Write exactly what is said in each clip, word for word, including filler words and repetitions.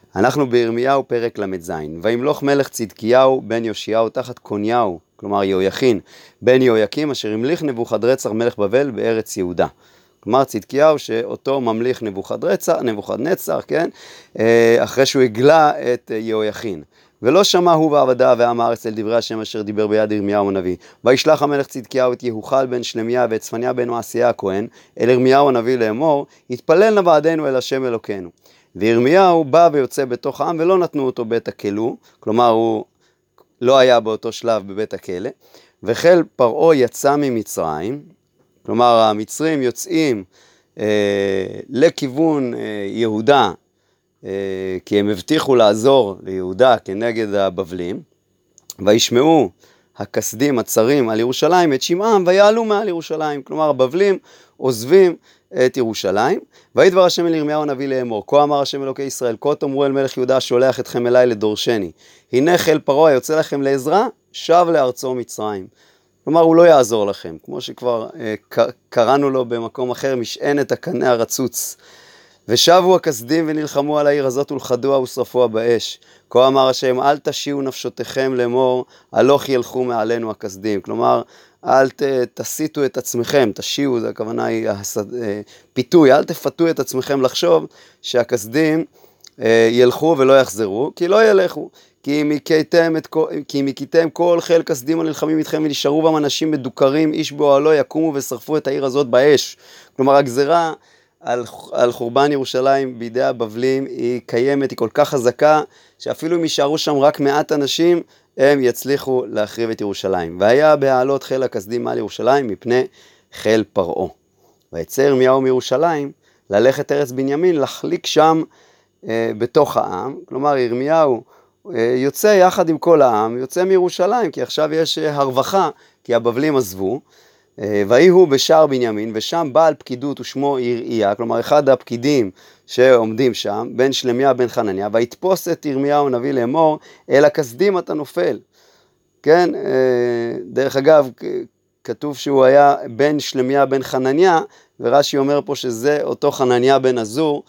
אנחנו בירמיהו פרק למ"ז. וימלוך מלך צדקיהו בן יאשיהו תחת קוניהו, כלומר יהויכין, בן יהויקים, אשר המליך נבוכדרצר מלך בבל בארץ יהודה. כלומר צדקיהו שאותו ממליך נבוכדרצר, נבוכדנצר, כן? אחרי שהוא הגלה את יהויכין. ולא שמע הוא ועבדיו ועם הארץ אל דברי השם אשר דיבר ביד ירמיהו הנביא. וישלח המלך צדקיהו את יהוחל בן שלמיה ואת צפניה בן מעשיה הכהן אל ירמיהו הנביא לאמור, התפלל נא בעדנו אל השם אלוקינו. וירמיהו בא ויוצא בתוך העם ולא נתנו אותו בית הכלוא, כלומר הוא לא היה באותו שלב בבית הכלא. וחיל פרעה יצא ממצרים, כלומר המצרים יוצאים אה, לכיוון אה, יהודה, אה, כי הם הבטיחו לעזור ליהודה כנגד הבבלים, וישמעו הכסדים הצרים על ירושלים את שמעם ויעלו מעל ירושלים, כלומר הבבלים עוזבים את ירושלים. ויהי דבר השם אל ירמיהו הנביא לאמור, כה אמר השם אלוקי ישראל, כה תאמרו אל מלך יהודה שולח אתכם אליי לדורשני, הנה חיל פרעה יוצא לכם לעזרה, שב לארצו מצרים. כלומר הוא לא יעזור לכם, כמו שכבר אה, קראנו לו במקום אחר, משענת הקנה הרצוץ. ושבו הכסדים ונלחמו על העיר הזאת ולכדוה ושרפוה באש. כה אמר השם, אל תשיעו נפשותיכם לאמור, הלוך ילכו מעלינו הכסדים. כלומר, אל ת, תסיטו את עצמכם, תשיעו, זה הכוונה היא הסד, פיתוי, אל תפתו את עצמכם לחשוב שהכסדים אה, ילכו ולא יחזרו, כי לא ילכו. כי אם הכיתם, את, כי אם הכיתם כל חיל כסדים הנלחמים איתכם ונשארו בם אנשים מדוכרים, איש באוהלו יקומו ושרפו את העיר הזאת באש. כלומר, הגזרה על, על חורבן ירושלים בידי הבבלים היא קיימת, היא כל כך חזקה, שאפילו אם יישארו שם רק מעט אנשים, הם יצליחו להחריב את ירושלים. והיה בהעלות חיל הכסדים על ירושלים מפני חיל פרעה. ויצא ירמיהו מירושלים ללכת ארץ בנימין, להחליק שם אה, בתוך העם. כלומר, ירמיהו אה, יוצא יחד עם כל העם, יוצא מירושלים, כי עכשיו יש אה, הרווחה, כי הבבלים עזבו. ויהי הוא בשער בנימין, ושם בעל פקידות ושמו יראיה, כלומר אחד הפקידים שעומדים שם, בן שלמיה בן חנניה, ויתפוס את ירמיהו הנביא לאמור, אל הכסדים אתה נופל. כן, דרך אגב, כתוב שהוא היה בן שלמיה בן חנניה, ורש"י אומר פה שזה אותו חנניה בן עזור,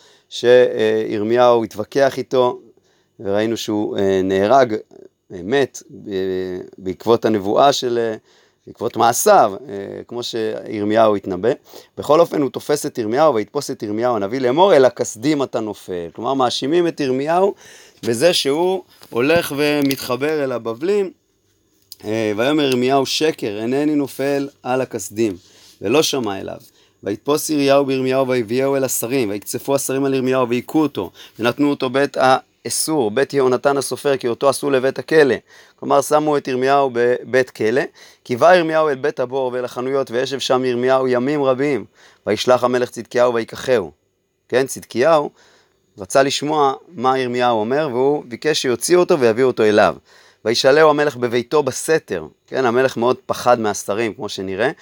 שירמיהו התווכח איתו, וראינו שהוא נהרג, מת, בעקבות הנבואה של בעקבות מעשיו, כמו שירמיהו התנבא. בכל אופן הוא תופס את ירמיהו ויתפוס את ירמיהו הנביא לאמור, אל הכסדים אתה נופל. כלומר מאשימים את ירמיהו בזה שהוא הולך ומתחבר אל הבבלים, ויאמר ירמיהו שקר, אינני נופל על הכסדים, ולא שמע אליו. ויתפוס ירמיהו בירמיהו ויביאהו אל השרים, ויקצפו השרים על ירמיהו ויקו אותו, ונתנו אותו בית האסור, בית יהונתן הסופר, כי אותו עשו לבית הכלא. כלומר שמו את ירמיהו בבית כלא, כי בא ירמיהו אל בית הבור ואל החנויות, וישב שם ירמיהו ימים רבים, וישלח המלך צדקיהו ויקחהו. כן, צדקיהו רצה לשמוע מה ירמיהו אומר, והוא ביקש שיוציאו אותו ויביאו אותו אליו. וישאלהו המלך בביתו בסתר, כן, המלך מאוד פחד מהשרים, כמו שנראה,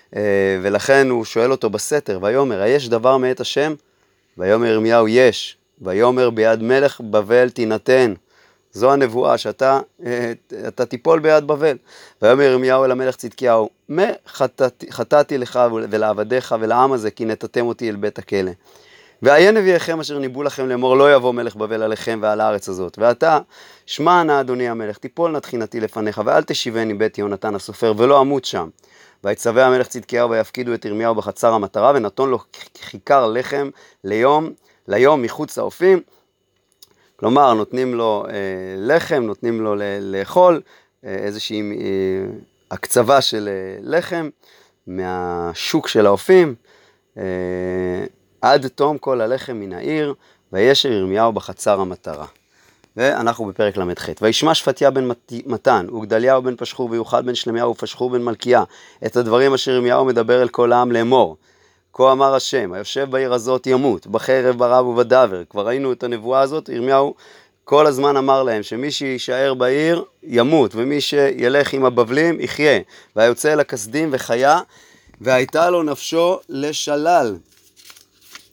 ולכן הוא שואל אותו בסתר, ויאמר, היש דבר מאת השם? ויאמר ירמיהו, יש. ויאמר ביד מלך בבל תינתן. זו הנבואה שאתה אתה תיפול ביד בבל. ויאמר ירמיהו אל המלך צדקיהו, מה חטאתי, חטאתי לך ולעבדיך ולעם הזה, כי נתתם אותי אל בית הכלא. ועיין נביאיכם אשר ניבאו לכם לאמור, לא יבוא מלך בבל עליכם ועל הארץ הזאת. ואתה, שמע נא אדוני המלך, תיפול נא תחינתי לפניך, ואל תשיבני בית יהונתן הסופר, ולא אמות שם. ויצווה המלך צדקיהו ויפקידו את ירמיהו בחצר המטרה, ונתון לו כיכר לחם ליום, ליום מחוץ לאופים. כלומר, נותנים לו אה, לחם, נותנים לו לאכול, אה, איזושהי אה, הקצבה של אה, לחם מהשוק של האופים, אה, עד תום כל הלחם מן העיר, וישב ירמיהו בחצר המטרה. ואנחנו בפרק למ"ח. וישמע שפטיה בן מתן, וגדליהו בן פשחור, ויוחד בן שלמיהו, ופשחור בן מלכיה, את הדברים אשר ירמיהו מדבר אל כל העם לאמור. כה אמר השם, היושב בעיר הזאת ימות, בחרב ברב ובדבר. כבר ראינו את הנבואה הזאת, ירמיהו כל הזמן אמר להם שמי שישאר בעיר ימות, ומי שילך עם הבבלים יחיה. והיוצא אל הכסדים וחיה, והייתה לו נפשו לשלל.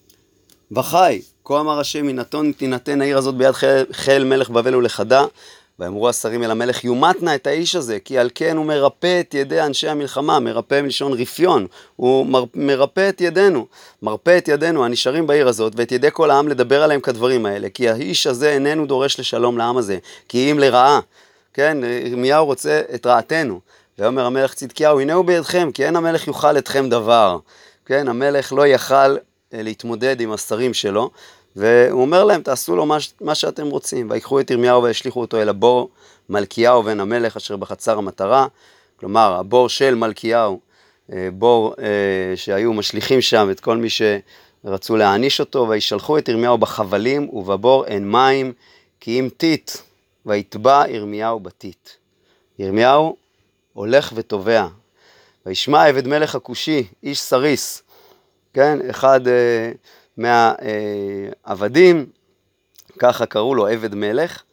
וחי, כה אמר השם, יינתן תינתן העיר הזאת ביד חיל, חיל מלך בבל ולחדה, ואמרו השרים אל המלך, יומתנה את האיש הזה, כי על כן הוא מרפא את ידי אנשי המלחמה, מרפא מלשון רפיון, הוא מר, מרפא את ידינו, מרפא את ידינו הנשארים בעיר הזאת, ואת ידי כל העם לדבר עליהם כדברים האלה, כי האיש הזה איננו דורש לשלום לעם הזה, כי אם לרעה, כן, ירמיהו רוצה את רעתנו, ואומר המלך צדקיהו, הנה הוא בידכם, כי אין המלך יוכל אתכם דבר, כן, המלך לא יכל להתמודד עם השרים שלו, והוא אומר להם, תעשו לו מה, מה שאתם רוצים, ויקחו את ירמיהו וישליחו אותו אל הבור, מלכיהו בן המלך אשר בחצר המטרה, כלומר, הבור של מלכיהו, בור שהיו משליחים שם את כל מי שרצו להעניש אותו, וישלחו את ירמיהו בחבלים, ובבור אין מים, כי אם טיט, ויתבע ירמיהו בטיט. ירמיהו הולך ותובע, וישמע עבד מלך הכושי, איש סריס, כן, אחד מהעבדים, ככה קראו לו עבד מלך,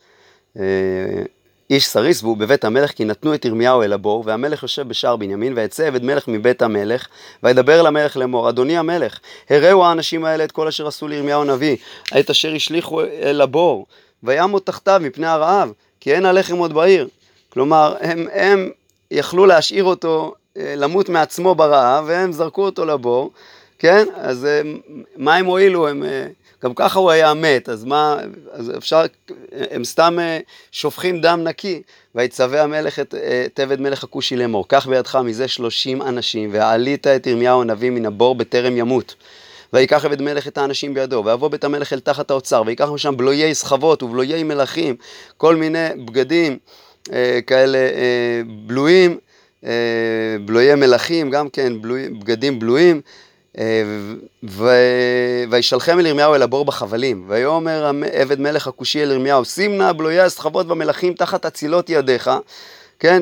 איש סריס, והוא בבית המלך, כי נתנו את ירמיהו אל הבור, והמלך יושב בשער בנימין, ויצא עבד מלך מבית המלך, וידבר למלך לאמור, אדוני המלך, הראו האנשים האלה את כל אשר עשו לירמיהו הנביא, את אשר השליחו אל הבור, ויעמוד תחתיו מפני הרעב, כי אין הלחם עוד בעיר. כלומר, הם, הם יכלו להשאיר אותו, למות מעצמו ברעב, והם זרקו אותו לבור, כן? אז מה הם הועילו? הם, גם ככה הוא היה מת, אז מה, אז אפשר, הם סתם שופכים דם נקי, ויצווה המלך את, את עבד מלך הכושי לאמור, קח בידך מזה שלושים אנשים, ועלית את ירמיהו הנביא מן הבור בטרם ימות. ויקח עבד מלך את האנשים בידו, ויבוא בית המלך אל תחת האוצר, ויקח משם בלויי סחבות ובלויי מלכים, כל מיני בגדים אה, כאלה אה, בלויים, אה, בלויי מלכים, גם כן בלוי, בגדים בלויים, אה, ו... וישלחם אל ירמיהו אל הבור בחבלים, ויאמר עבד מלך הכושי אל ירמיהו, שים נא בלויי הסחבות והמלכים תחת אצילות ידיך, כן,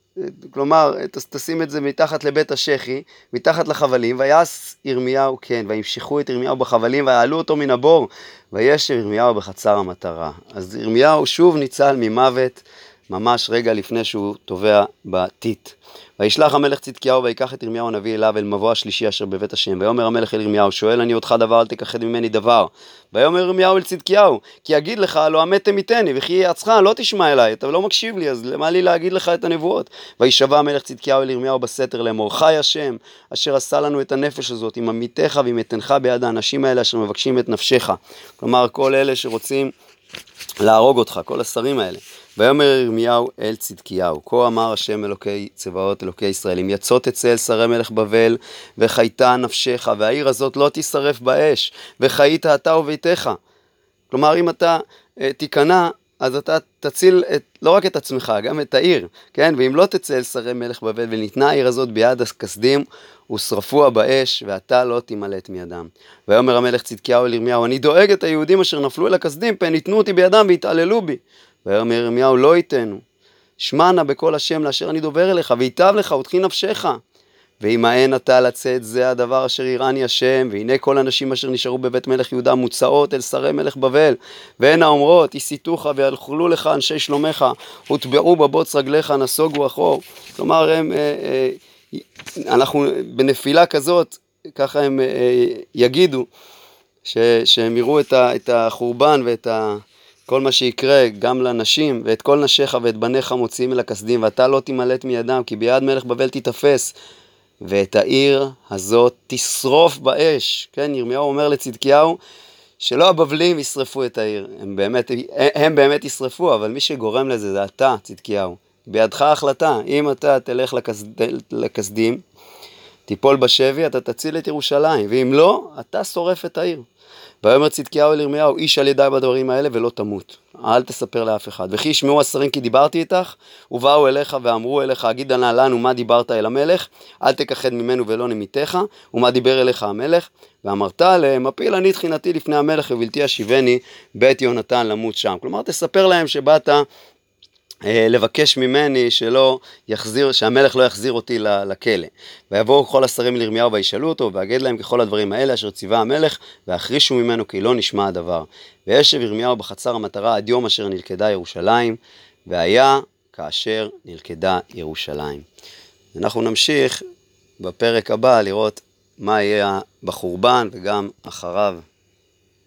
כלומר, תשים את זה מתחת לבית השחי, מתחת לחבלים, ויעש ירמיהו, כן, וימשכו את ירמיהו בחבלים, ויעלו אותו מן הבור, וישב ירמיהו בחצר המטרה. אז ירמיהו שוב ניצל ממוות, ממש רגע לפני שהוא טובע בטיט. וישלח המלך צדקיהו ויקח את ירמיהו הנביא אליו אל מבוא השלישי אשר בבית השם. ויאמר המלך אל ירמיהו, שואל אני אותך דבר, אל תכחד ממני דבר. ויאמר ירמיהו אל צדקיהו, כי אגיד לך לא אמת תמיתני, וכי יעצך לא תשמע אליי, אתה לא מקשיב לי, אז למה לי להגיד לך את הנבואות? וישבע המלך צדקיהו אל ירמיהו בסתר לאמור, חי השם אשר עשה לנו את הנפש הזאת, עם עמיתך ועם מתנך ביד האנשים האלה אשר מבקשים את נפשך. כלומר, כל אלה שרוצים להרוג אותך, כל השרים האלה. ויאמר ירמיהו אל צדקיהו, כה אמר השם אלוקי צבאות אלוקי ישראל, אם יצא תצא אל שרי מלך בבל, וחייתה נפשך, והעיר הזאת לא תשרף באש, וחיית אתה וביתך. כלומר, אם אתה uh, תיכנע, אז אתה תציל את, לא רק את עצמך, גם את העיר, כן? ואם לא תצא אל שרי מלך בבל, וניתנה העיר הזאת ביד הכסדים, ושרפוה באש, ואתה לא תימלט מידם. ויאמר המלך צדקיהו אל ירמיהו, אני דואג את היהודים אשר נפלו אל הכסדים, פן יתנו אותי בידם והתעללו בי. ויאמר ירמיהו, לא ייתנו, שמע נא בקול השם לאשר אני דובר אליך, ויטב לך ותחי נפשך. וימאן אתה לצאת, זה הדבר אשר יראני השם, והנה כל הנשים אשר נשארו בבית מלך יהודה מוצאות אל שרי מלך בבל, והן האומרות, יסיתוך ויאכלו לך אנשי שלומך, וטבעו בבוץ רגליך, נסוגו אחור. כלומר, הם, אה, אה, אנחנו בנפילה כזאת, ככה הם אה, יגידו, ש, שהם יראו את, ה, את החורבן ואת ה... כל מה שיקרה גם לנשים, ואת כל נשיך ואת בניך מוציאים אל הכסדים, ואתה לא תימלט מידם, כי ביד מלך בבל תתפס, ואת העיר הזאת תשרוף באש. כן, ירמיהו אומר לצדקיהו, שלא הבבלים ישרפו את העיר, הם באמת, הם באמת ישרפו, אבל מי שגורם לזה זה אתה, צדקיהו. בידך ההחלטה, אם אתה תלך לכסד, לכסדים, תיפול בשבי, אתה תציל את ירושלים, ואם לא, אתה שורף את העיר. ויאמר צדקיהו אל ירמיהו, איש על ידי בדברים האלה ולא תמות, אל תספר לאף אחד. וכי ישמעו השרים כי דיברתי איתך, ובאו אליך ואמרו אליך, אגיד נא לנו מה דיברת אל המלך, אל תכחד ממנו ולא נמיתך, ומה דיבר אליך המלך, ואמרת להם, הפיל אני תחינתי לפני המלך ובלתי אשיבני בית יונתן למות שם. כלומר, תספר להם שבאת לבקש ממני שלא יחזיר, שהמלך לא יחזיר אותי לכלא. ויבואו כל השרים לירמיהו וישאלו אותו, ואגד להם ככל הדברים האלה אשר ציווה המלך, והחרישו ממנו כי לא נשמע הדבר. וישב ירמיהו בחצר המטרה עד יום אשר נלכדה ירושלים, והיה כאשר נלכדה ירושלים. אנחנו נמשיך בפרק הבא לראות מה יהיה בחורבן וגם אחריו.